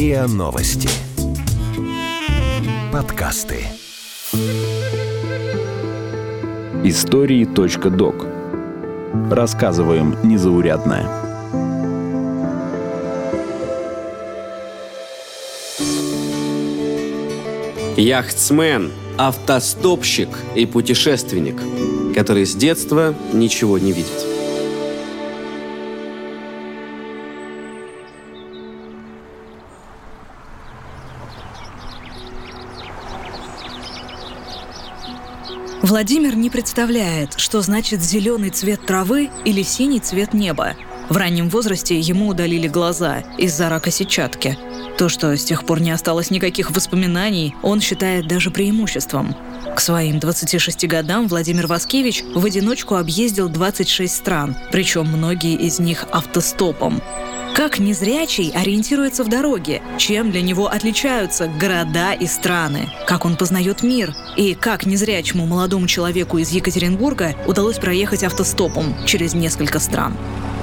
РИА Новости. Подкасты. Истории.док. Рассказываем незаурядное. Яхтсмен, автостопщик и путешественник, который с детства ничего не видит. Владимир не представляет, что значит зеленый цвет травы или синий цвет неба. В раннем возрасте ему удалили глаза из-за рака сетчатки. То, что с тех пор не осталось никаких воспоминаний, он считает даже преимуществом. К своим 26 годам Владимир Васкевич в одиночку объездил 26 стран, причем многие из них автостопом. Как незрячий ориентируется в дороге? Чем для него отличаются города и страны? Как он познает мир? И как незрячему молодому человеку из Екатеринбурга удалось проехать автостопом через несколько стран?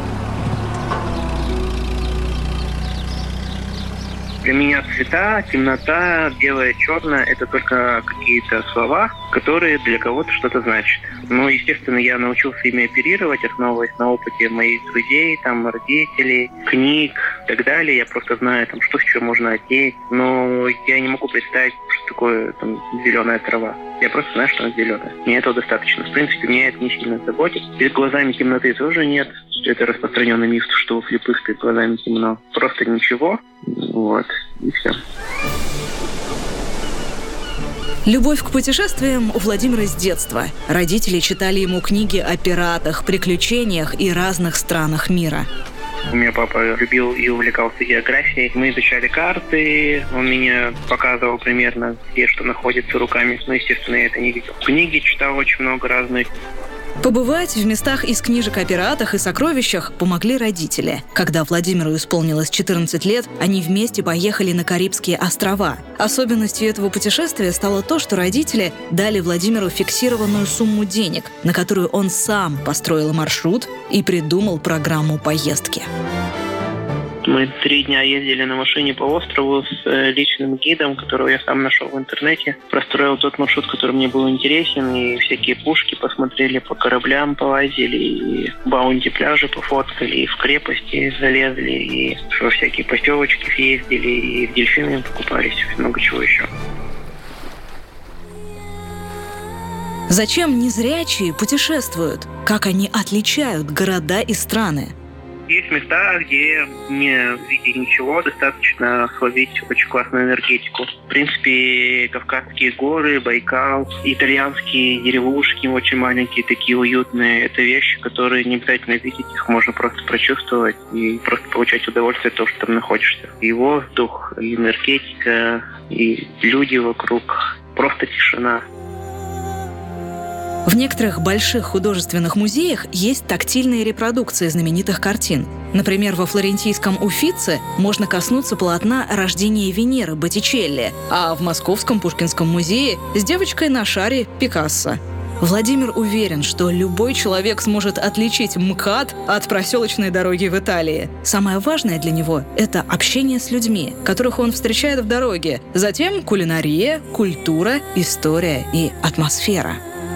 Для меня цвета, темнота, белое, черное – это только какие-то слова, которые для кого-то что-то значат. Ну, естественно, я научился ими оперировать, основываясь на опыте моих друзей, родителей, книг и так далее. Я просто знаю, что еще можно одеть. Но я не могу представить, что такое зеленая трава. Я просто знаю, что она зеленая. Мне этого достаточно. В принципе, меня это не сильно заботит. Перед глазами темноты тоже нет. Это распространенный миф, что у слепых перед глазами темно. Просто ничего. И все. Любовь к путешествиям у Владимира с детства. Родители читали ему книги о пиратах, приключениях и разных странах мира. У меня папа любил и увлекался географией. Мы изучали карты, он мне показывал примерно, где что находится руками. Но, естественно, я это не видел. Книги читал очень много разных. Побывать в местах из книжек о пиратах и сокровищах помогли родители. Когда Владимиру исполнилось 14 лет, они вместе поехали на Карибские острова. Особенностью этого путешествия стало то, что родители дали Владимиру фиксированную сумму денег, на которую он сам построил маршрут и придумал программу поездки. Мы 3 дня ездили на машине по острову с личным гидом, которого я сам нашел в интернете. Простроил тот маршрут, который мне был интересен, и всякие пушки посмотрели, по кораблям полазили, и баунти-пляжи пофоткали, и в крепости залезли, и во всякие поселочки съездили, и в дельфины покупались, много чего еще. Зачем незрячие путешествуют? Как они отличают города и страны? Есть места, где, не видя ничего, достаточно словить очень классную энергетику. В принципе, Кавказские горы, Байкал, итальянские деревушки очень маленькие, такие уютные. Это вещи, которые не обязательно видеть, их можно просто прочувствовать и просто получать удовольствие от того, что там находишься. И воздух, и энергетика, и люди вокруг, просто тишина. В некоторых больших художественных музеях есть тактильные репродукции знаменитых картин. Например, во флорентийском Уффици можно коснуться полотна «Рождение Венеры» Боттичелли, а в Московском Пушкинском музее с девочкой на шаре Пикассо. Владимир уверен, что любой человек сможет отличить МКАД от проселочной дороги в Италии. Самое важное для него – это общение с людьми, которых он встречает в дороге. Затем кулинария, культура, история и атмосфера.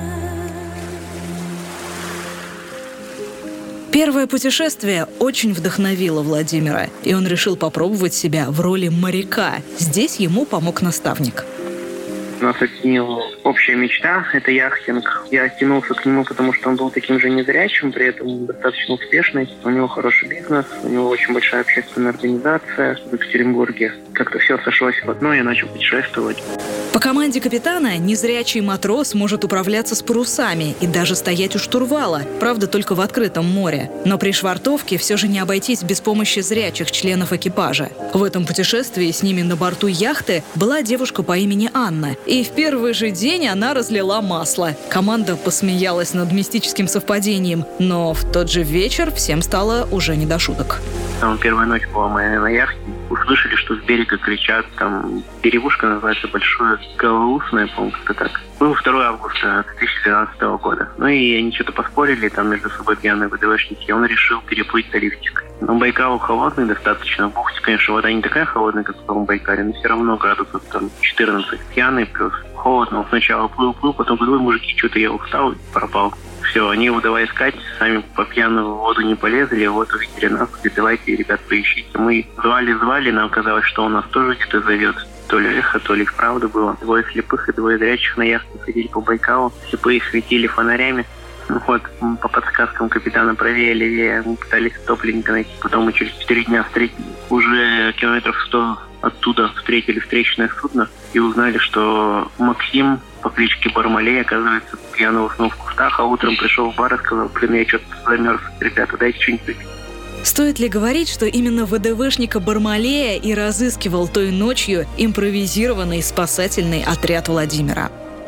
Первое путешествие очень вдохновило Владимира, и он решил попробовать себя в роли моряка. Здесь ему помог наставник. Нас объединила общая мечта – это яхтинг. Я тянулся к нему, потому что он был таким же незрячим, при этом достаточно успешный. У него хороший бизнес, у него очень большая общественная организация в Екатеринбурге. Как-то все сошлось в одно, и я начал путешествовать. По команде капитана незрячий матрос может управляться с парусами и даже стоять у штурвала, правда, только в открытом море. Но при швартовке все же не обойтись без помощи зрячих членов экипажа. В этом путешествии с ними на борту яхты была девушка по имени Анна. И в первый же день она разлила масло. Команда посмеялась над мистическим совпадением, но в тот же вечер всем стало уже не до шуток. Первая ночь была моя на яхте. услышали, что с берега кричат, там деревушка называется Большое Голоусное, по-моему, как-то так. Был 2 августа 2012 года. Ну и они что-то поспорили, там между собой пьяные ВДВшники, и он решил переплыть на лифтик. Но Байкал холодный достаточно. В бухте, конечно, вода не такая холодная, как в том Байкале, но все равно градусов там 14. Пьяный плюс холодно. Он сначала плыл, потом говорил: мужики, что-то я устал и пропал. Все, они его давай искать, сами по пьяную в воду не полезли, вот увидели нас, говорит: давайте, ребят, поищите. Мы звали, нам казалось, что он нас тоже где-то зовет. То ли эхо, то ли вправду было. 2 слепых и 2 зрячих на яхте ходили по Байкалу. Слепые светили фонарями. Ну вот, по подсказкам капитана правее, левее, мы пытались топленника найти. Потом мы через 4 дня уже километров 100 оттуда встретили встречное судно и узнали, что Максим по кличке Бармалей, оказывается, пьяно уснул в кустах, а утром пришел в бар и сказал: я что-то замерз, ребята, дайте что-нибудь. Стоит ли говорить, что именно ВДВшника Бармалея и разыскивал той ночью импровизированный спасательный отряд Владимира?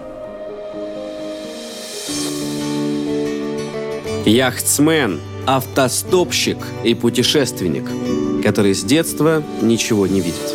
Яхтсмен, автостопщик и путешественник, который с детства ничего не видит.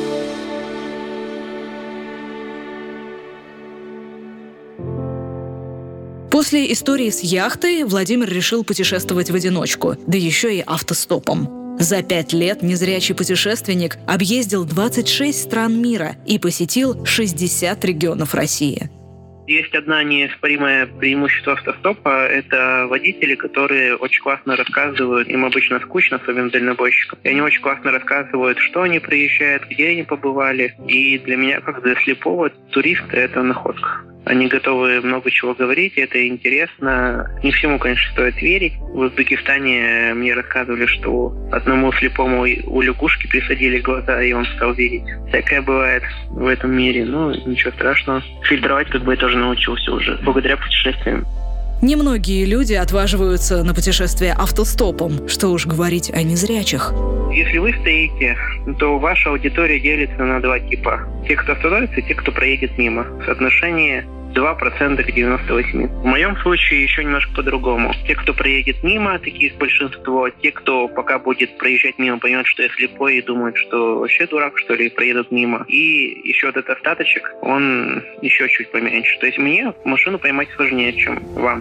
После истории с яхтой Владимир решил путешествовать в одиночку, да еще и автостопом. За 5 лет незрячий путешественник объездил 26 стран мира и посетил 60 регионов России. Есть одно неоспоримое преимущество автостопа – это водители, которые очень классно рассказывают, им обычно скучно, особенно дальнобойщикам, и они очень классно рассказывают, что они приезжают, где они побывали. И для меня, как для слепого туриста, это находка. Они готовы много чего говорить, это интересно. Не всему, конечно, стоит верить. В Узбекистане мне рассказывали, что одному слепому у лягушки присадили глаза, и он стал видеть. Всякое бывает в этом мире, ничего страшного. Фильтровать я тоже научился уже, благодаря путешествиям. Немногие люди отваживаются на путешествие автостопом, что уж говорить о незрячих. Если вы стоите, то ваша аудитория делится на 2 типа. Те, кто остановится, и те, кто проедет мимо. Соотношение 2% к 98. В моем случае еще немножко по-другому. Те, кто проедет мимо, такие большинство. Те, кто пока будет проезжать мимо, поймет, что я слепой и думает, что вообще дурак, что ли, проедут мимо. И еще этот остаточек, он еще чуть поменьше. То есть мне машину поймать сложнее, чем вам.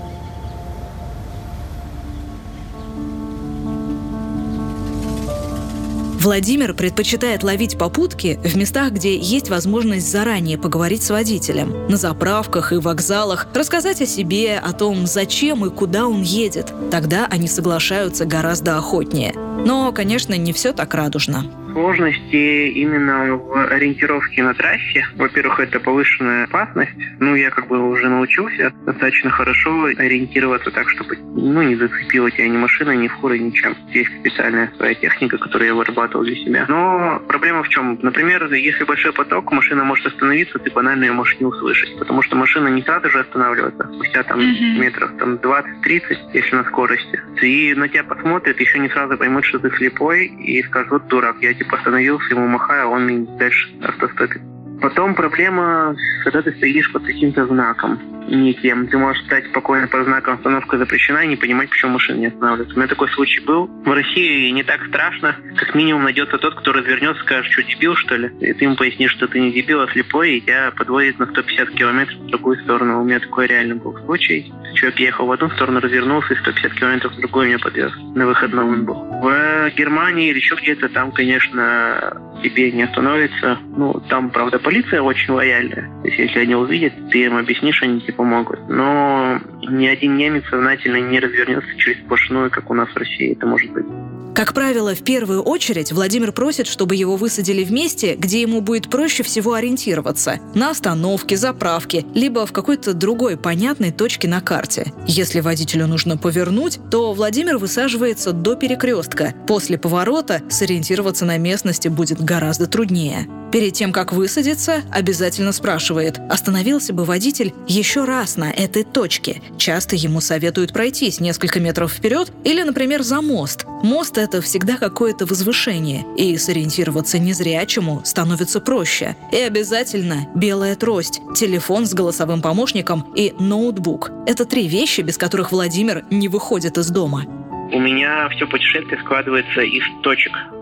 Владимир предпочитает ловить попутки в местах, где есть возможность заранее поговорить с водителем. На заправках и вокзалах, рассказать о себе, о том, зачем и куда он едет. Тогда они соглашаются гораздо охотнее. Но, конечно, не все так радужно. Сложности именно в ориентировке на трассе. Во-первых, это повышенная опасность. Я уже научился достаточно хорошо ориентироваться так, чтобы не зацепила тебя ни машина, ни фура, ничем. Есть специальная своя техника, которую я вырабатывал для себя. Но проблема в чем? Например, если большой поток, машина может остановиться, ты банально ее можешь не услышать. Потому что машина не сразу же останавливается, спустя метров 20-30, если на скорости. И на тебя посмотрят, еще не сразу поймут, что ты слепой, и скажут: вот дурак, я остановился, ему махаю, а он мне дальше автостопит. Потом проблема, когда ты стоишь под каким-то знаком неким. Ты можешь стать спокойно под знаком «Остановка запрещена» и не понимать, почему машина не останавливается. У меня такой случай был. В России не так страшно. Как минимум найдется тот, кто развернется, скажет: что, дебил, что ли? И ты ему пояснишь, что ты не дебил, а слепой, и тебя подводит на 150 километров в другую сторону. У меня такой реально был случай. Человек ехал в одну сторону, развернулся, и 150 километров в другую меня подвез. На выходном он был. В Германии или еще где-то там, конечно, тебе не остановится. Там, правда, полиция очень лояльная. То есть, если они увидят, ты им объяснишь, они тебе помогут. Но ни один немец сознательно не развернется через сплошную, как у нас в России это может быть. Как правило, в первую очередь Владимир просит, чтобы его высадили в месте, где ему будет проще всего ориентироваться – на остановке, заправке, либо в какой-то другой понятной точке на карте. Если водителю нужно повернуть, то Владимир высаживается до перекрестка. После поворота сориентироваться на местности будет гораздо труднее. Перед тем, как высадиться, обязательно спрашивает, остановился бы водитель еще раз на этой точке. Часто ему советуют пройтись несколько метров вперед или, например, за мост. Мост — это всегда какое-то возвышение, и сориентироваться незрячему становится проще. И обязательно белая трость, телефон с голосовым помощником и ноутбук. Это 3 вещи, без которых Владимир не выходит из дома. У меня все путешествие складывается из точек.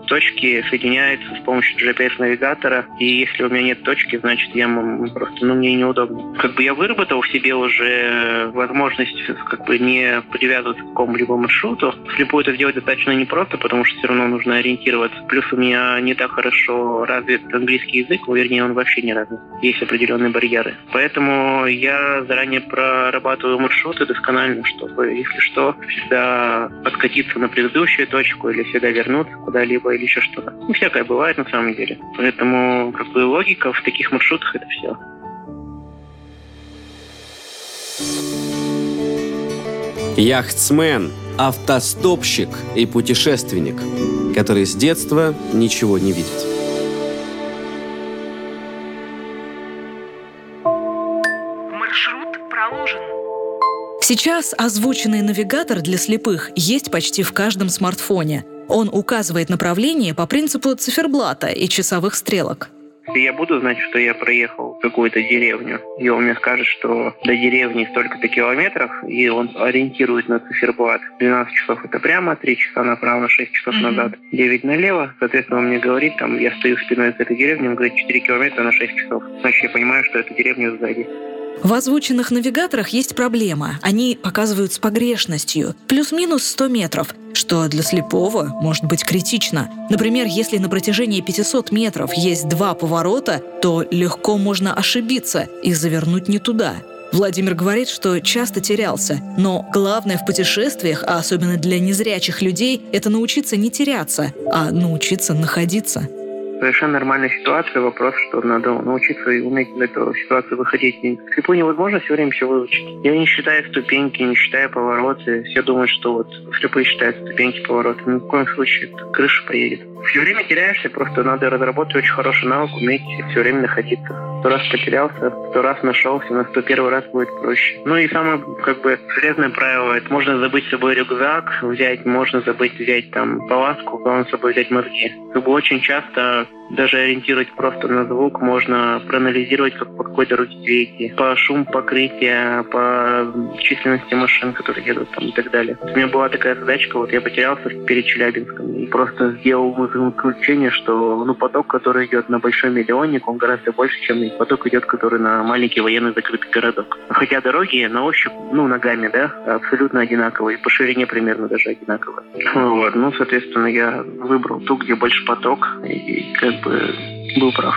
точки соединяются с помощью GPS-навигатора, и если у меня нет точки, значит, я просто, мне неудобно. Я выработал в себе уже возможность не привязываться к какому-либо маршруту. Вслепую это сделать достаточно непросто, потому что все равно нужно ориентироваться. Плюс у меня не так хорошо развит английский язык, вернее, он вообще не развит. Есть определенные барьеры. Поэтому я заранее прорабатываю маршруты досконально, чтобы, если что, всегда откатиться на предыдущую точку или всегда вернуться куда-либо или еще что-то. Всякое бывает на самом деле. Поэтому логика в таких маршрутах — это все. Яхтсмен, автостопщик и путешественник, который с детства ничего не видит. Маршрут проложен. Сейчас озвученный навигатор для слепых есть почти в каждом смартфоне. Он указывает направление по принципу циферблата и часовых стрелок. Если я буду знать, что я проехал какую-то деревню, и он мне скажет, что до деревни столько-то километров, и он ориентирует на циферблат. 12 часов это прямо, 3 часа направо, 6 часов назад, 9 налево. Соответственно, он мне говорит, я стою спиной к этой деревне, он говорит 4 километра на 6 часов. Значит, я понимаю, что эта деревня сзади. В озвученных навигаторах есть проблема. Они показывают с погрешностью. Плюс-минус 100 метров, что для слепого может быть критично. Например, если на протяжении 500 метров есть 2 поворота, то легко можно ошибиться и завернуть не туда. Владимир говорит, что часто терялся. Но главное в путешествиях, а особенно для незрячих людей, это научиться не теряться, а научиться находиться. Совершенно нормальная ситуация. Вопрос, что надо научиться и уметь из этой ситуации выходить. Слепую невозможно все время все выучить. Я не считаю ступеньки, не считаю повороты. Все думают, что слепые считают ступеньки, повороты. Ни в коем случае крыша поедет. Все время теряешься, просто надо разработать очень хороший навык, уметь все время находиться. 100 раз потерялся, 100 раз нашелся, на 101 раз будет проще. И самое, железное правило, это можно забыть с собой рюкзак взять, можно забыть взять палатку, главное с собой взять мозги. Очень часто даже ориентировать просто на звук можно проанализировать, как по какой дороге идти, по шуму покрытия, по численности машин, которые едут и так далее. У меня была такая задачка, я потерялся перед Челябинском и просто сделал заключение, что поток, который идет на Большой Миллионник, он гораздо больше, чем поток идет, который на маленький военный закрытый городок. Хотя дороги на ощупь, ногами, абсолютно одинаковые, по ширине примерно даже одинаковые. Соответственно, я выбрал ту, где больше поток, и был прав.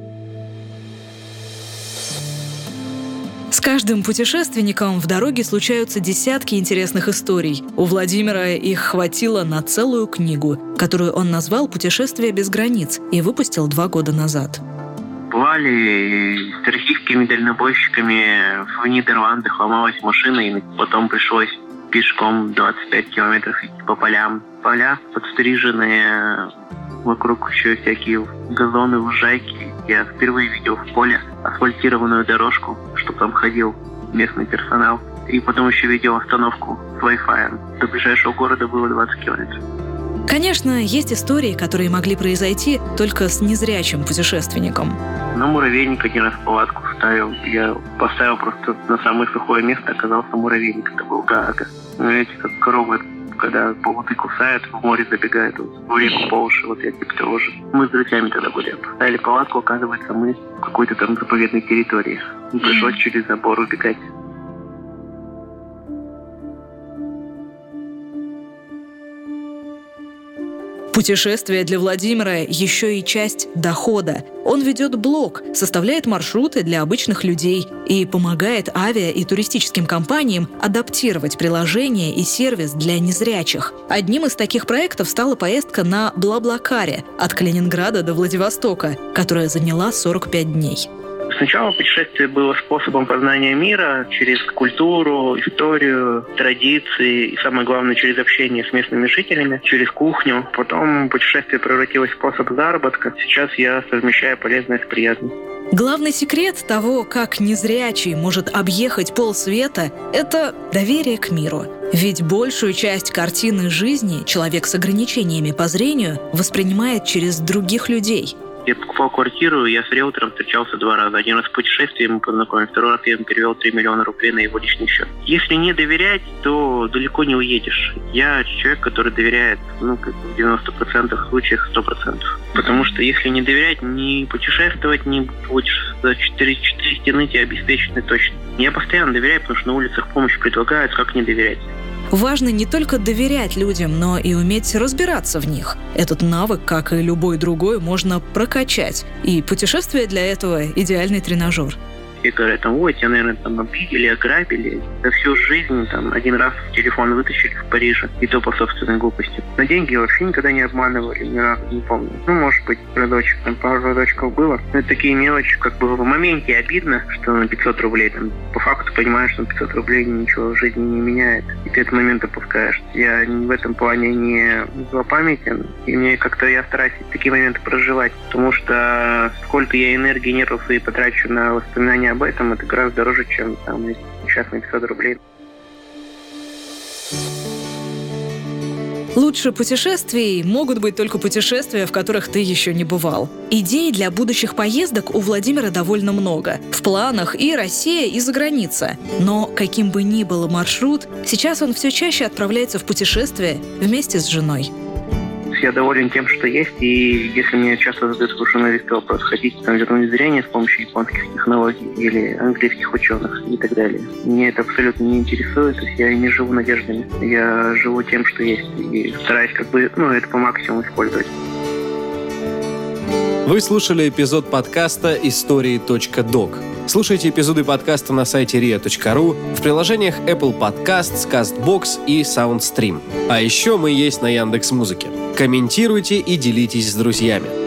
С каждым путешественником в дороге случаются десятки интересных историй. У Владимира их хватило на целую книгу, которую он назвал «Путешествие без границ» и выпустил 2 года назад. Бывали с российскими дальнобойщиками в Нидерландах, ломалась машина, и потом пришлось пешком 25 километров идти по полям. Поля подстриженные, вокруг еще всякие газоны, лужайки. Я впервые видел в поле асфальтированную дорожку, чтобы там ходил местный персонал. И потом еще видел остановку с Wi-Fi. До ближайшего города было 20 километров. Конечно, есть истории, которые могли произойти только с незрячим путешественником. На муравейник один раз палатку ставил. Я поставил просто на самое сухое место, оказался муравейник. Это был Гаага. Знаете, как коровы, когда плоты кусают, в море забегают, в реку по уши, я того же. Мы с друзьями тогда были. Поставили палатку, оказывается, мы в какой-то там заповедной территории. Пришлось через забор убегать. Путешествие для Владимира еще и часть дохода. Он ведет блог, составляет маршруты для обычных людей и помогает авиа- и туристическим компаниям адаптировать приложение и сервис для незрячих. Одним из таких проектов стала поездка на Блаблакаре от Калининграда до Владивостока, которая заняла 45 дней. Сначала путешествие было способом познания мира через культуру, историю, традиции и, самое главное, через общение с местными жителями, через кухню. Потом путешествие превратилось в способ заработка. Сейчас я совмещаю полезное с приятным. Главный секрет того, как незрячий может объехать полсвета, это доверие к миру. Ведь большую часть картины жизни человек с ограничениями по зрению воспринимает через других людей. Я покупал квартиру, я с риэлтором встречался 2 раза. Один раз в путешествии мы познакомились, 2 раз я ему перевел 3 миллиона рублей на его личный счет. Если не доверять, то далеко не уедешь. Я человек, который доверяет, как в 90% случаев 100%. Потому что если не доверять, не путешествовать, не будешь за 4 стены тебя обеспечены точно. Я постоянно доверяю, потому что на улицах помощь предлагают, как не доверять. Важно не только доверять людям, но и уметь разбираться в них. Этот навык, как и любой другой, можно прокачать. И путешествие для этого – идеальный тренажер. Все говорят, тебя, наверное, обидели, ограбили. За всю жизнь, один раз телефон вытащили в Париже, и то по собственной глупости. На деньги вообще никогда не обманывали, ни разу не помню. Может быть, про дочек, пару разочков было. Но это такие мелочи, в моменте обидно, что на 500 рублей, по факту понимаешь, что на 500 рублей ничего в жизни не меняет. И ты этот момент опускаешь. Я в этом плане не злопамятен, и я стараюсь такие моменты проживать, потому что сколько я энергии, нервов и потрачу на воспоминания об этом, это гораздо дороже, чем несчастные 500 рублей. Лучше путешествий могут быть только путешествия, в которых ты еще не бывал. Идей для будущих поездок у Владимира довольно много. В планах и Россия, и за граница. Но каким бы ни был маршрут, сейчас он все чаще отправляется в путешествие вместе с женой. Я доволен тем, что есть, и если мне часто задают совершенно весь вопрос, хотите вернуть зрение с помощью японских технологий или английских ученых и так далее. Мне это абсолютно не интересует, то есть я не живу надеждами, я живу тем, что есть, и стараюсь это по максимуму использовать. Вы слушали эпизод подкаста «Истории.док». Слушайте эпизоды подкаста на сайте ria.ru, в приложениях Apple Podcasts, CastBox и SoundStream. А еще мы есть на Яндекс.Музыке. Комментируйте и делитесь с друзьями.